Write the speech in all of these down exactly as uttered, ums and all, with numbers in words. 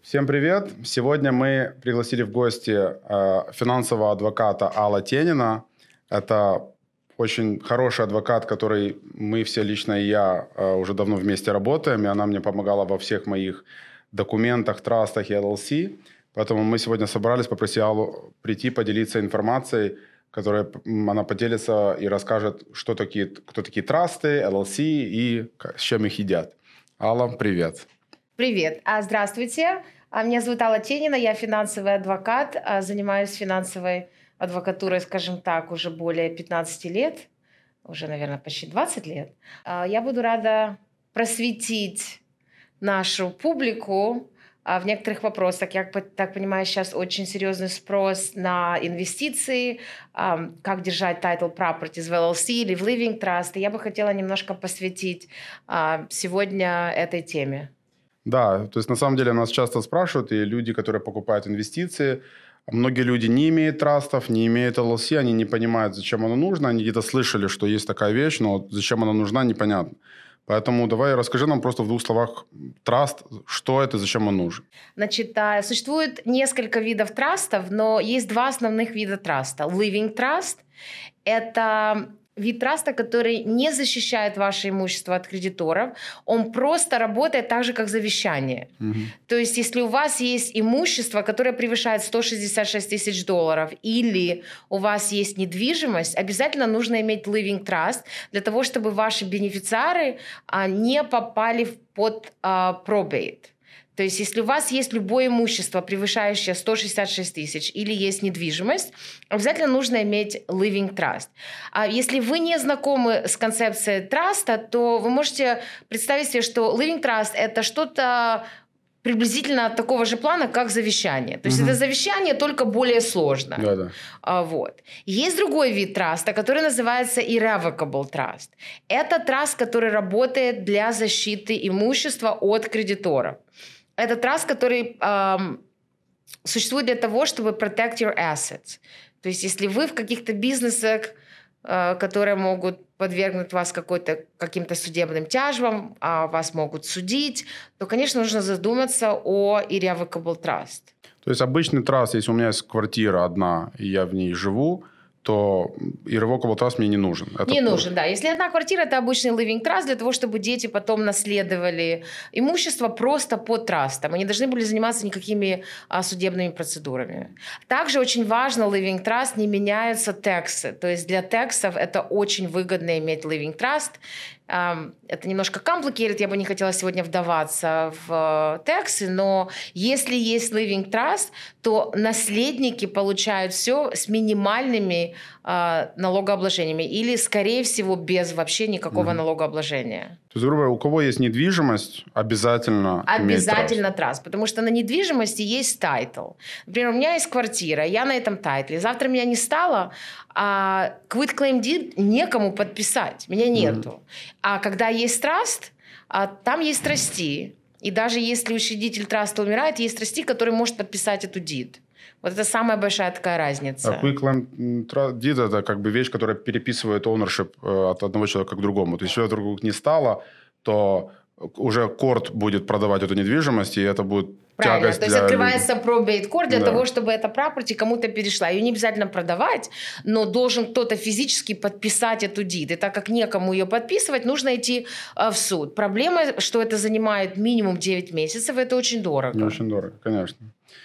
Всем привет! Сегодня мы пригласили в гости э, финансового адвоката Алла Тенина. Это очень хороший адвокат, который мы все, лично и я, э, уже давно вместе работаем, и она мне помогала во всех моих документах, трастах и эл эл си. Поэтому мы сегодня собрались, попросили Аллу прийти, поделиться информацией, которая она поделится и расскажет, что такие, кто такие трасты, эл эл си и с чем их едят. Алла, привет! Привет. Здравствуйте. Меня зовут Алла Тенина, я финансовый адвокат, занимаюсь финансовой адвокатурой, скажем так, уже более пятнадцати лет, уже, наверное, почти двадцать лет. Я буду рада просветить нашу публику в некоторых вопросах. Я так понимаю, сейчас очень серьезный спрос на инвестиции, как держать title properties в эл эл си или в living trust. И я бы хотела немножко посвятить сегодня этой теме. Да, то есть на самом деле нас часто спрашивают, и люди, которые покупают инвестиции, многие люди не имеют трастов, не имеют эл эл си, они не понимают, зачем оно нужно, они где-то слышали, что есть такая вещь, но зачем она нужна, непонятно. Поэтому давай расскажи нам просто в двух словах траст, что это, зачем он нужен. Значит, существует несколько видов трастов, но есть два основных вида траста. Living trust – это вид траста, который не защищает ваше имущество от кредиторов, он просто работает так же, как завещание. Угу. То есть, если у вас есть имущество, которое превышает сто шестьдесят шесть тысяч долларов, или у вас есть недвижимость, обязательно нужно иметь living trust для того, чтобы ваши бенефициары а, не попали под а, probate. То есть, если у вас есть любое имущество, превышающее сто шестьдесят шесть тысяч, или есть недвижимость, обязательно нужно иметь living trust. А если вы не знакомы с концепцией траста, то вы можете представить себе, что living trust – это что-то приблизительно такого же плана, как завещание. То есть, угу. это завещание, только более сложно. Да, да. А, вот. Есть другой вид траста, который называется irrevocable trust. Это траст, который работает для защиты имущества от кредиторов. Это траст, который эм, существует для того, чтобы protect your assets. То есть, если вы в каких-то бизнесах, э, которые могут подвергнуть вас какой-то, каким-то судебным тяжбам, а вас могут судить, то, конечно, нужно задуматься о irrevocable trust. То есть, обычный траст, если у меня есть квартира одна, и я в ней живу, то irrevocable trust мне не нужен. Это не нужен, да. Если одна квартира, это обычный living trust для того, чтобы дети потом наследовали имущество просто по трастам. Они должны были заниматься никакими а, судебными процедурами. Также очень важно, living trust, не меняются тексы. То есть для тексов это очень выгодно иметь living trust. Это немножко complicated, я бы не хотела сегодня вдаваться в тексы, но если есть living trust, то наследники получают все с минимальными э, налогообложениями или, скорее всего, без вообще никакого mm-hmm. налогообложения. То есть, грубо говоря, у кого есть недвижимость, обязательно Обязательно траст, потому что на недвижимости есть тайтл. Например, у меня есть квартира, я на этом тайтле. Завтра меня не стало, а quitclaim deed некому подписать, меня нету. Mm-hmm. А когда есть траст, там есть трасти. И даже если учредитель траста умирает, есть трасти, который может подписать эту дид. Вот это самая большая такая разница. А quitclaim deed – это как бы вещь, которая переписывает ownership от одного человека к другому. То есть, если вдруг не стало, то уже корт будет продавать эту недвижимость, и это будет правильно, тягость то есть для открывается probate court для да. того, чтобы эта property кому-то перешла. Ее не обязательно продавать, но должен кто-то физически подписать эту дид. И так как некому ее подписывать, нужно идти в суд. Проблема, что это занимает минимум девять месяцев, это очень дорого. Не очень дорого, конечно.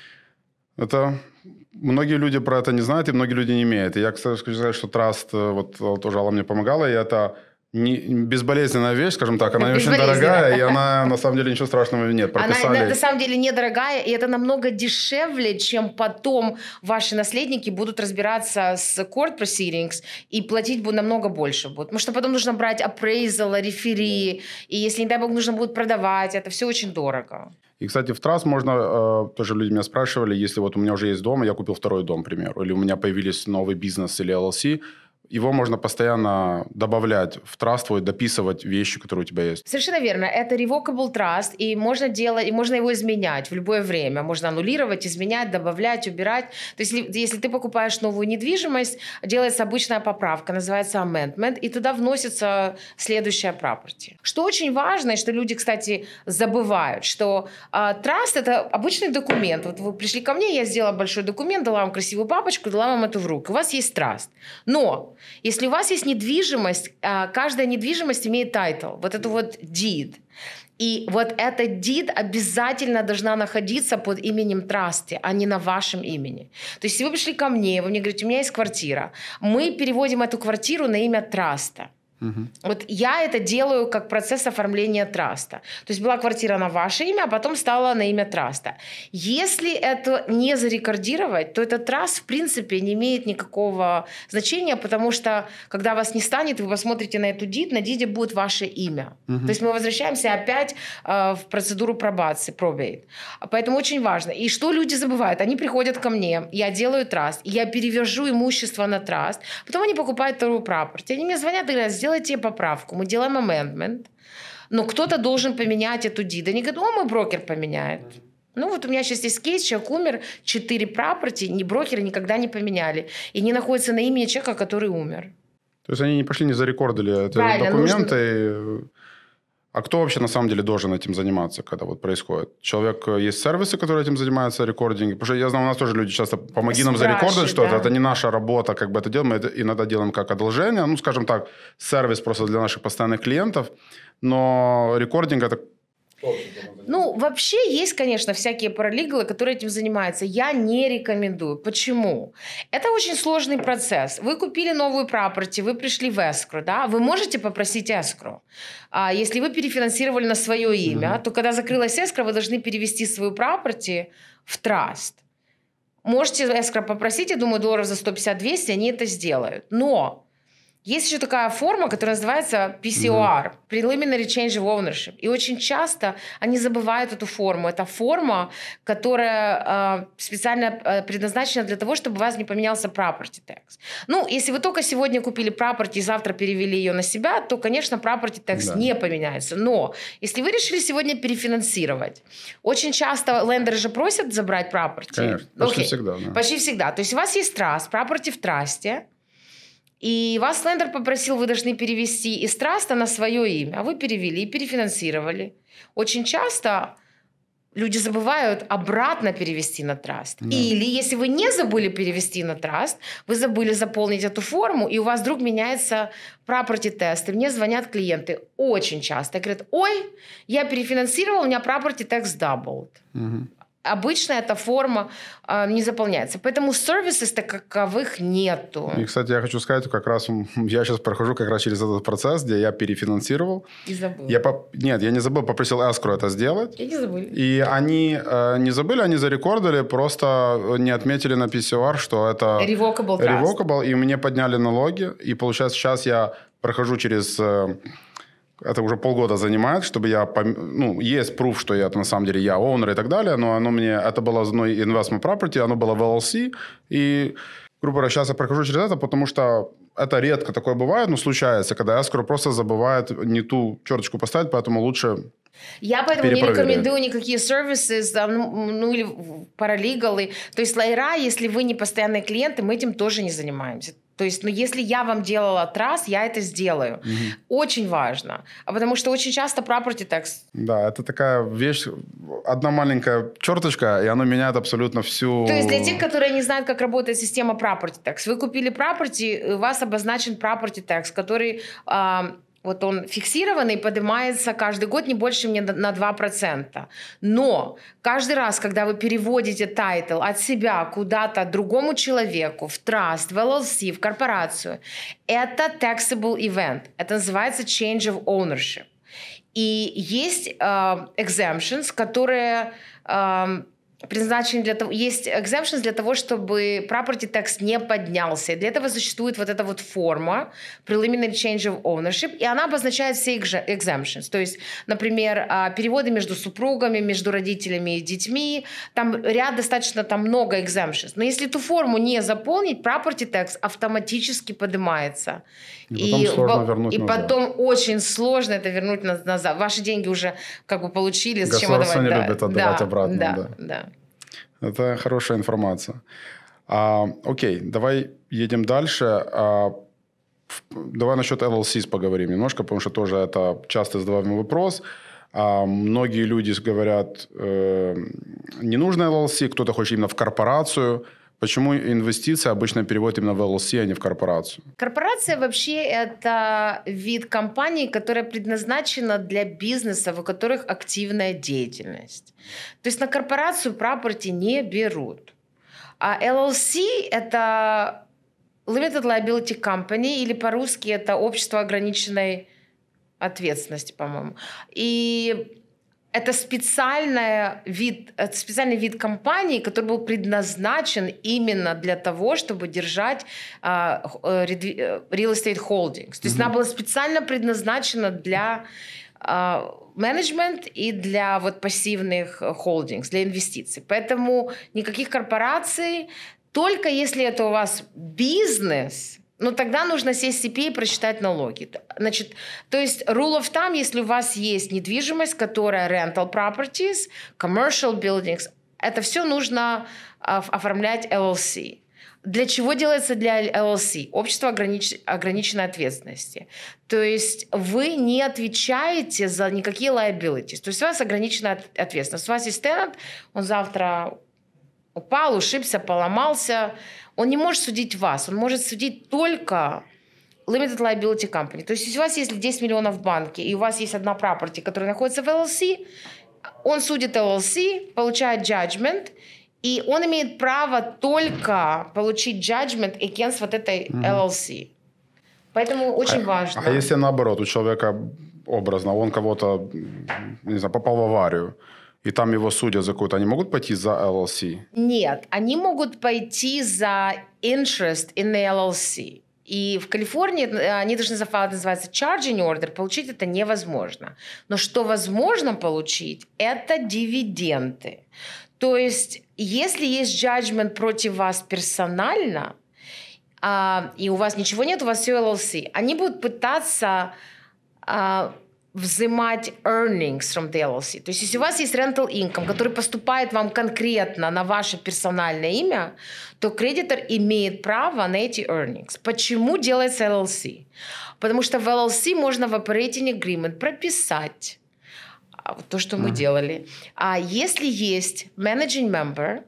Это многие люди про это не знают, и многие люди не имеют. И я, кстати, хочу сказать, что траст, вот тоже Алла мне помогала, и это не, безболезненная вещь, скажем так, она не очень дорогая, и она на самом деле ничего страшного нет. Прописали. Она на самом деле недорогая, и это намного дешевле, чем потом ваши наследники будут разбираться с court proceedings и платить будут намного больше. Будут. Потому что потом нужно брать appraisal, рефери, и если, не дай бог, нужно будет продавать, это все очень дорого. И, кстати, в траст можно, э, тоже люди меня спрашивали, если вот у меня уже есть дом, и я купил второй дом, к примеру, или у меня появились новый бизнес или эл эл си, его можно постоянно добавлять в траст твой, дописывать вещи, которые у тебя есть. Совершенно верно. Это revocable trust, и можно делать, и можно его изменять в любое время. Можно аннулировать, изменять, добавлять, убирать. То есть, если, если ты покупаешь новую недвижимость, делается обычная поправка, называется amendment, и туда вносится следующая property. Что очень важно, и что люди, кстати, забывают, что а, trust — это обычный документ. Вот вы пришли ко мне, я сделала большой документ, дала вам красивую папочку, дала вам эту в руки. У вас есть trust. Но если у вас есть недвижимость, каждая недвижимость имеет title, вот это вот deed. И вот эта deed обязательно должна находиться под именем трасте, а не на вашем имени. То есть если вы пришли ко мне, вы мне говорите, у меня есть квартира, мы переводим эту квартиру на имя траста. Угу. Вот я это делаю как процесс оформления траста. То есть была квартира на ваше имя, а потом стала на имя траста. Если это не зарекордировать, то этот траст в принципе не имеет никакого значения, потому что когда вас не станет, вы посмотрите на эту дид, на диде будет ваше имя. Угу. То есть мы возвращаемся опять э, в процедуру пробации, probate. Поэтому очень важно. И что люди забывают? Они приходят ко мне, я делаю траст, я перевожу имущество на траст, потом они покупают вторую property. Они мне звонят и говорят, сделайте поправку, мы делаем amendment, но кто-то должен поменять эту дид. Они говорят, о, мой брокер поменяет. Ну вот у меня сейчас есть кейс, человек умер, четыре property, ни брокеры никогда не поменяли. И не находятся на имени человека, который умер. То есть они не пошли, не зарекордили эти Правильно, документы. Нужно... А кто вообще на самом деле должен этим заниматься, когда вот происходит? Человек, есть сервисы, которые этим занимаются, рекординги. Потому что я знаю, у нас тоже люди часто помоги нам зарекордить что-то. Да. Это не наша работа, как бы это делаем. Мы это иногда делаем как одолжение. Ну, скажем так, сервис просто для наших постоянных клиентов. Но рекординг это... Ну, вообще есть, конечно, всякие паралиглы, которые этим занимаются. Я не рекомендую. Почему? Это очень сложный процесс. Вы купили новую property, вы пришли в escrow, да? Вы можете попросить escrow. А если вы перефинансировали на свое имя, mm-hmm. то когда закрылась escrow, вы должны перевести свою property в trust. Можете escrow попросить, я думаю, долларов за сто пятьдесят - двести, они это сделают. Но... Есть еще такая форма, которая называется пи си о ар, mm-hmm. Preliminary Change of Ownership. И очень часто они забывают эту форму. Это форма, которая э, специально э, предназначена для того, чтобы у вас не поменялся property tax. Ну, если вы только сегодня купили property и завтра перевели ее на себя, то, конечно, property tax да. не поменяется. Но если вы решили сегодня перефинансировать, очень часто лендеры же просят забрать property. Конечно, почти okay. всегда. Да. Почти всегда. То есть у вас есть траст, property в трасте, и вас лендер попросил, вы должны перевести из траста на свое имя. А вы перевели и перефинансировали. Очень часто люди забывают обратно перевести на траст. Да. Или если вы не забыли перевести на траст, вы забыли заполнить эту форму, и у вас вдруг меняется property тест. И мне звонят клиенты очень часто. И говорят, ой, я перефинансировал, у меня property tax doubled. Угу. Обычно эта форма э, не заполняется. Поэтому сервисов таковых нету. И, кстати, я хочу сказать, как раз я сейчас прохожу как раз через этот процесс, где я перефинансировал. И забыл. Я по... Нет, я не забыл, попросил escrow это сделать. И не забыли. И они э, не забыли, они зарекордили, просто не отметили на пи си о ар, что это... Revocable trust. Revocable, и мне подняли налоги. И, получается, сейчас я прохожу через... Э, это уже полгода занимает, чтобы я... Ну, есть пруф, что я на самом деле я оунер и так далее, но оно мне... Это было одной investment property, оно было в эл эл си. И, грубо говоря, сейчас я прохожу через это, потому что это редко такое бывает, но случается, когда escrow просто забывает не ту черточку поставить, поэтому лучше... Я поэтому не рекомендую никакие сервисы, ну, ну или паралигалы. То есть лайра, если вы не постоянные клиенты, мы этим тоже не занимаемся. То есть, ну, если я вам делала трасс, я это сделаю. Угу. Очень важно. А потому что очень часто property tax... Да, это такая вещь, одна маленькая черточка, и она меняет абсолютно всю... То есть для тех, которые не знают, как работает система property tax, вы купили property, у вас обозначен property tax, который... А, вот он фиксированный, поднимается каждый год не больше мне на два процента. Но каждый раз, когда вы переводите тайтл от себя куда-то другому человеку, в траст, в эл эл си, в корпорацию, это taxable event. Это называется change of ownership. И есть uh, exemptions, которые... Uh, предназначены для того, есть exemptions для того, чтобы property tax не поднялся. И для этого существует вот эта вот форма preliminary change of ownership, и она обозначает все exemptions. То есть, например, переводы между супругами, между родителями и детьми. Там ряд достаточно там много exemptions. Но если эту форму не заполнить, property tax автоматически поднимается. И потом и, сложно вернуть и назад. потом очень сложно это вернуть назад. Ваши деньги уже как бы получили. Зачем Государство отдавать? не Да, любит отдавать да, обратно. Да, да. да. Это хорошая информация. А, окей, давай едем дальше. А, давай насчет эл эл си поговорим немножко, потому что тоже это часто задаваемый вопрос. А, многие люди говорят, э, не нужно эл эл си, кто-то хочет именно в корпорацию. Почему инвестиции обычно переводят именно в эл эл си, а не в корпорацию? Корпорация вообще это вид компании, которая предназначена для бизнеса, у которых активная деятельность. То есть на корпорацию property не берут. А эл эл си это Limited Liability Company, или по-русски это общество ограниченной ответственности, по-моему. И это специальный вид, это специальный вид компании, который был предназначен именно для того, чтобы держать uh, real estate holdings. То есть mm-hmm. она была специально предназначена для менеджмент uh, и для вот пассивных holdings, для инвестиций. Поэтому никаких корпораций, только если это у вас бизнес. Ну, тогда нужно сесть в си пи и просчитать налоги. Значит, то есть rule of thumb, если у вас есть недвижимость, которая rental properties, commercial buildings, это все нужно uh, оформлять эл эл си. Для чего делается для эл эл си? Общество огранич... ограниченной ответственности. То есть вы не отвечаете за никакие liabilities. То есть у вас ограниченная ответственность. У вас есть tenant, он завтра упал, ушибся, поломался. Он не может судить вас. Он может судить только Limited Liability Company. То есть если у вас есть десять миллионов в банке, и у вас есть одна property, которая находится в эл эл си, он судит эл эл си, получает judgment, и он имеет право только получить judgment against вот этой mm-hmm. эл эл си. Поэтому очень а, важно. А если наоборот, у человека образно, он кого-то, не знаю, попал в аварию, и там его судят за какую-то, они могут пойти за эл эл си? Нет, они могут пойти за interest in the эл эл си. И в Калифорнии они должны зафайлить, называется charging order, получить это невозможно. Но что возможно получить, это дивиденды. То есть, если есть judgment против вас персонально, а, и у вас ничего нет, у вас все эл эл си, они будут пытаться а, взимать earnings from the эл эл си. То есть, если у вас есть rental income, который поступает вам конкретно на ваше персональное имя, то кредитор имеет право на эти earnings. Почему делается эл эл си? Потому что в эл эл си можно в operating agreement прописать то, что мы uh-huh. делали. А если есть managing member,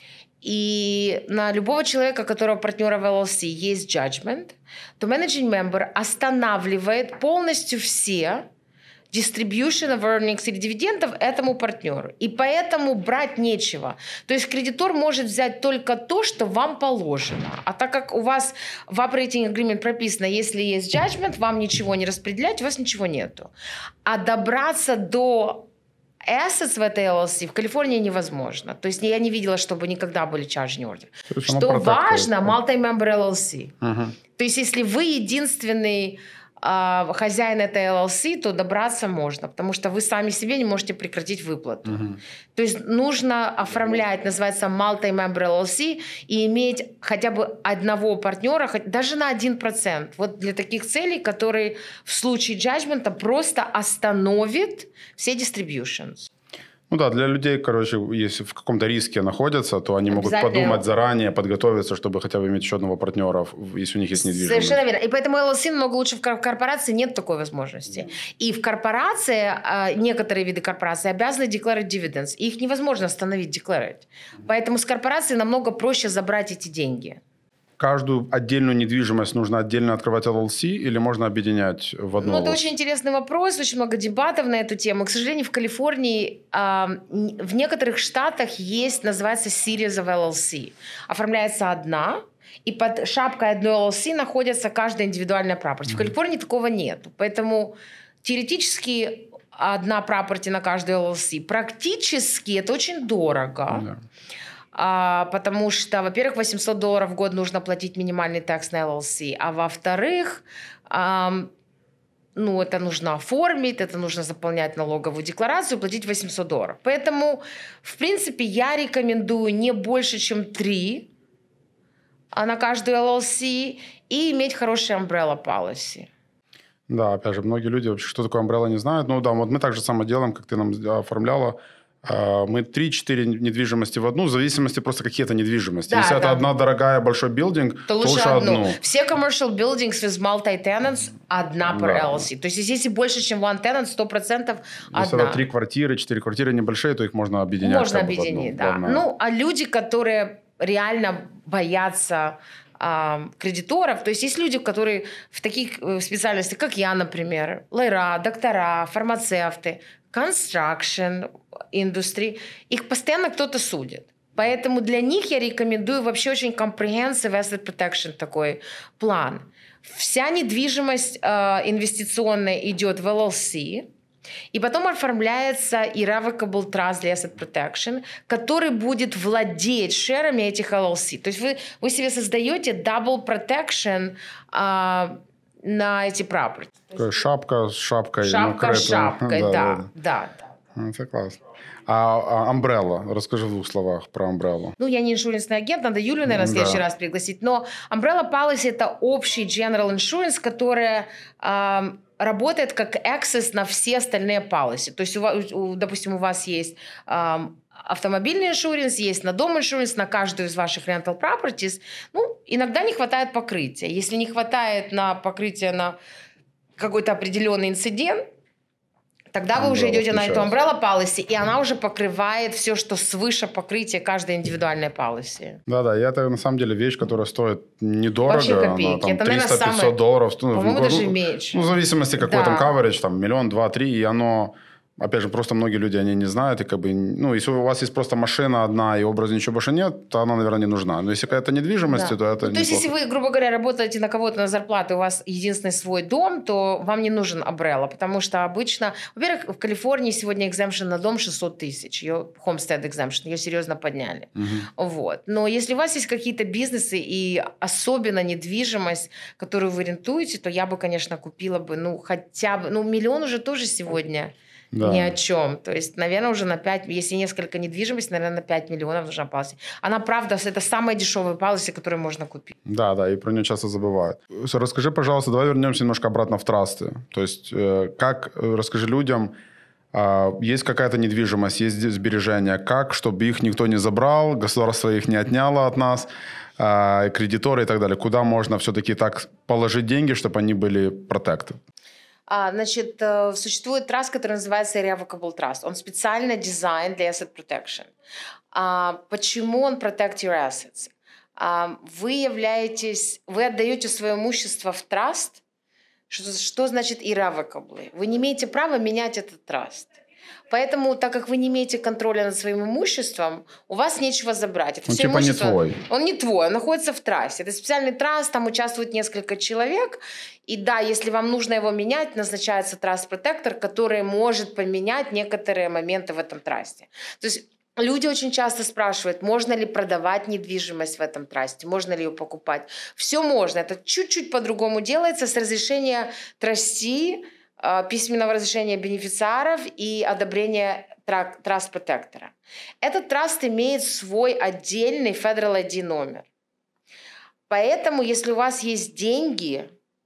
и на любого человека, которого партнера в эл эл си есть judgment, то managing member останавливает полностью все distribution of earnings или дивидендов этому партнеру. И поэтому брать нечего. То есть кредитор может взять только то, что вам положено. А так как у вас в operating agreement прописано, если есть judgment, вам ничего не распределять, у вас ничего нету. А добраться до assets в этой эл эл си в Калифорнии невозможно. То есть я не видела, чтобы никогда были charging order. Что важно, multi-member эл эл си. Uh-huh. То есть если вы единственный хозяин этой эл эл си, то добраться можно, потому что вы сами себе не можете прекратить выплату. Uh-huh. То есть нужно оформлять, называется multi-member эл эл си, и иметь хотя бы одного партнера, даже на один процент. Вот для таких целей, который в случае judgment просто остановит все distributions. Ну да, для людей, короче, если в каком-то риске находятся, то они могут подумать заранее, подготовиться, чтобы хотя бы иметь еще одного партнера, если у них есть недвижимость. Совершенно верно. И поэтому эл эл си намного лучше. В корпорации нет такой возможности. И в корпорации, некоторые виды корпораций обязаны declare dividends. И их невозможно остановить declare. Поэтому с корпорацией намного проще забрать эти деньги. Каждую отдельную недвижимость нужно отдельно открывать эл эл си или можно объединять в одну? Ну, это очень интересный вопрос, очень много дебатов на эту тему. К сожалению, в Калифорнии, э, в некоторых штатах есть, называется series of эл эл си. Оформляется одна, и под шапкой одной эл эл си находится каждая индивидуальная property. В Калифорнии такого нет. Поэтому теоретически одна property на каждую эл эл си. Практически это очень дорого. Да. А, потому что, во-первых, восемьсот долларов в год нужно платить минимальный такс на эл эл си, а во-вторых, а, ну, это нужно оформить, это нужно заполнять налоговую декларацию, платить восемьсот долларов. Поэтому, в принципе, я рекомендую не больше, чем три на каждую эл эл си и иметь хороший umbrella policy. Да, опять же, многие люди вообще, что такое umbrella, не знают. Ну да, вот мы так же само делаем, как ты нам оформляла. Мы три-четыре недвижимости в одну, в зависимости просто какие-то недвижимости. Да, Если да. это одна дорогая, большой билдинг, то, то лучше, лучше одну. одну. Все commercial buildings with multi-tenants одна per Да. эл эл си. То есть, если больше, чем one tenant, сто процентов одна. Если это три квартиры, четыре квартиры небольшие, то их можно объединять. Можно как бы в объединить, одну. да. Главное. Ну, а люди, которые реально боятся а, кредиторов, то есть есть люди, которые в таких специальностях, как я, например, лайра, доктора, фармацевты, construction industry, их постоянно кто-то судит. Поэтому для них я рекомендую вообще очень comprehensive asset protection такой план. Вся недвижимость э, инвестиционная идет в эл эл си, и потом оформляется irrevocable trust для asset protection, который будет владеть шерами этих эл эл си. То есть вы, вы себе создаете double protection э, на эти property. Такая шапка с шапкой. Шапка с шапкой, да, да, да. да. Это классно. А, а Umbrella? Расскажи в двух словах про Umbrella. Ну, я не иншурансный агент, надо Юлю, наверное, в следующий да. раз пригласить. Но Umbrella Policy – это общий general insurance, которая э, работает как access на все остальные policy. То есть, у вас, у, допустим, у вас есть э, автомобильный иншуранс, есть на дом иншуранс, на каждую из ваших rental properties. Ну, иногда не хватает покрытия. Если не хватает на покрытие на какой-то определенный инцидент, тогда umbrella вы уже идете на эту umbrella policy, и она уже покрывает все, что свыше покрытия каждой индивидуальной policy. Да-да, и это на самом деле вещь, которая стоит недорого. Вообще копейки. Она, там, это, триста-пятьсот самое... долларов. Ну, по-моему, ну, даже меньше. Ну, в зависимости, какой да. там coverage, там, миллион, два, три, и оно... Опять же, просто многие люди, они не знают, и как бы, ну, если у вас есть просто машина одна, и образа ничего больше нет, то она, наверное, не нужна. Но если какая-то недвижимость, да. то это ну, То есть, если вы, грубо говоря, работаете на кого-то на зарплату, у вас единственный свой дом, то вам не нужен umbrella, потому что обычно... Во-первых, в Калифорнии сегодня exemption на дом шестьсот тысяч, ее homestead exemption, ее серьезно подняли. Угу. Вот. Но если у вас есть какие-то бизнесы и особенно недвижимость, которую вы рентуете, то я бы, конечно, купила бы, ну, хотя бы... Ну, миллион уже тоже сегодня... Да. Ни о чем. То есть, наверное, уже на пять, если несколько недвижимости, наверное, на пять миллионов нужна policy. Она, правда, это самая дешевая policy, которую можно купить. Да, да, и про нее часто забывают. Расскажи, пожалуйста, давай вернемся немножко обратно в трасты. То есть, как, расскажи людям, есть какая-то недвижимость, есть сбережения, как, чтобы их никто не забрал, государство их не отняло от нас, кредиторы и так далее. Куда можно все-таки так положить деньги, чтобы они были protected? А, значит, существует траст, который называется Irrevocable Trust. Он специально дизайн для asset protection. А, почему он protect your assets? А, вы являетесь, вы отдаете свое имущество в траст. Что, что значит irrevocable? Вы не имеете права менять этот траст. Поэтому, так как вы не имеете контроля над своим имуществом, у вас нечего забрать. Это он все типа имущество, не твой. Он не твой, он находится в трасте. Это специальный траст, там участвует несколько человек. И да, если вам нужно его менять, назначается траст-протектор, который может поменять некоторые моменты в этом трасте. То есть люди очень часто спрашивают, можно ли продавать недвижимость в этом трасте, можно ли ее покупать. Все можно, это чуть-чуть по-другому делается с разрешения трасти, письменного разрешения бенефициаров и одобрения траст-протектора. Этот траст имеет свой отдельный Federal ай ди номер. Поэтому, если у вас есть деньги,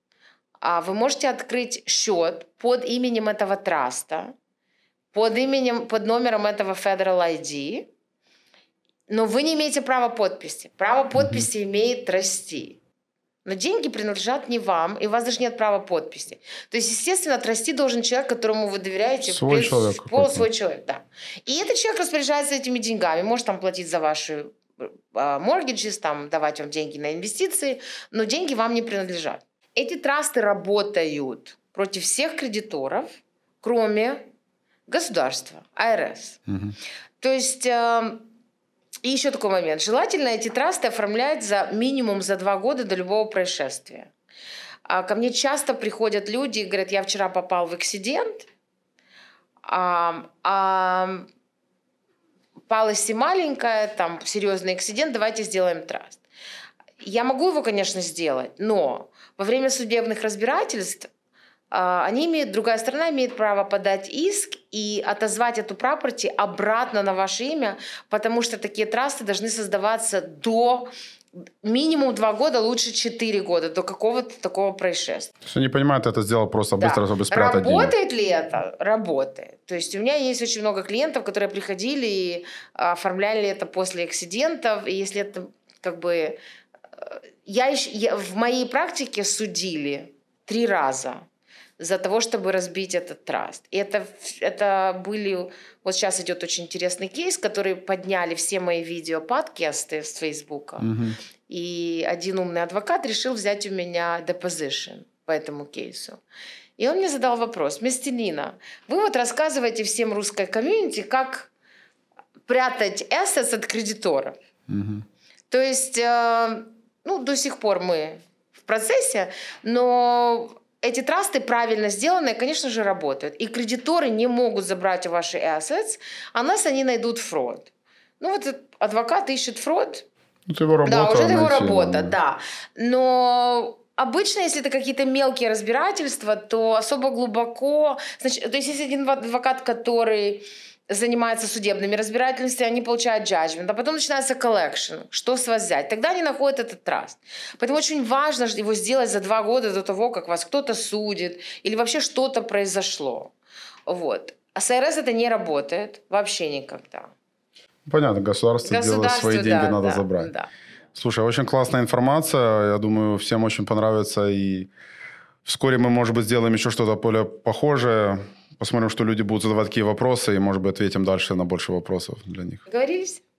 вы можете открыть счет под именем этого траста, под, именем, под номером этого Federal ай ди, но вы не имеете права подписи. Право подписи mm-hmm. имеет трасти. Но деньги принадлежат не вам, и у вас даже нет права подписи. То есть, естественно, трасти должен человек, которому вы доверяете. Свой без... человек. Пол, свой человек, да. И этот человек распоряжается этими деньгами. Может там платить за ваши mortgages, там, давать вам деньги на инвестиции, но деньги вам не принадлежат. Эти трасты работают против всех кредиторов, кроме государства, ай ар эс. Угу. То есть... И еще такой момент. Желательно эти трасты оформлять за минимум за два года до любого происшествия. А ко мне часто приходят люди и говорят, я вчера попал в акцидент, А, а policy маленькая, там серьезный эксцидент, давайте сделаем траст. Я могу его, конечно, сделать, но во время судебных разбирательств а, они имеют, другая сторона имеет право подать иск и отозвать эту property обратно на ваше имя, потому что такие трасты должны создаваться до минимум два года, лучше четыре года, до какого-то такого происшествия. То есть они понимают, это сделал просто Да. быстро, чтобы спрятать Работает деньги. ли это? Работает. То есть у меня есть очень много клиентов, которые приходили и оформляли это после акцидентов, и если это как бы... Я, еще, я в моей практике судили три раза за того, чтобы разбить этот траст. И это, это были... Вот сейчас идет очень интересный кейс, который подняли все мои видео, подкасты с Фейсбука. Угу. И один умный адвокат решил взять у меня deposition по этому кейсу. И он мне задал вопрос: Местелина, вы вот рассказываете всем русской комьюнити, как прятать assets от кредитора. Угу. То есть, ну, до сих пор мы в процессе, но эти трасты правильно сделанные, конечно же, работают. И кредиторы не могут забрать ваши assets, unless они найдут фрод. Ну, вот адвокат ищет фрод. Это его работа. Да, уже это его найти, работа, да. да. Но обычно, если это какие-то мелкие разбирательства, то особо глубоко... Значит, то есть, если один адвокат, который занимается судебными разбирательствами, они получают judgment, а потом начинается collection, что с вас взять. Тогда они находят этот траст. Поэтому очень важно его сделать за два года до того, как вас кто-то судит или вообще что-то произошло. Вот. А с ай ар эс это не работает вообще никогда. Понятно, государство, делает свои деньги, да, надо да, забрать. Да. Слушай, очень классная информация. Я думаю, всем очень понравится. И вскоре мы, может быть, сделаем еще что-то более похожее. Посмотрим, что люди будут задавать какие вопросы. И, может быть, ответим дальше на больше вопросов для них. Договорились?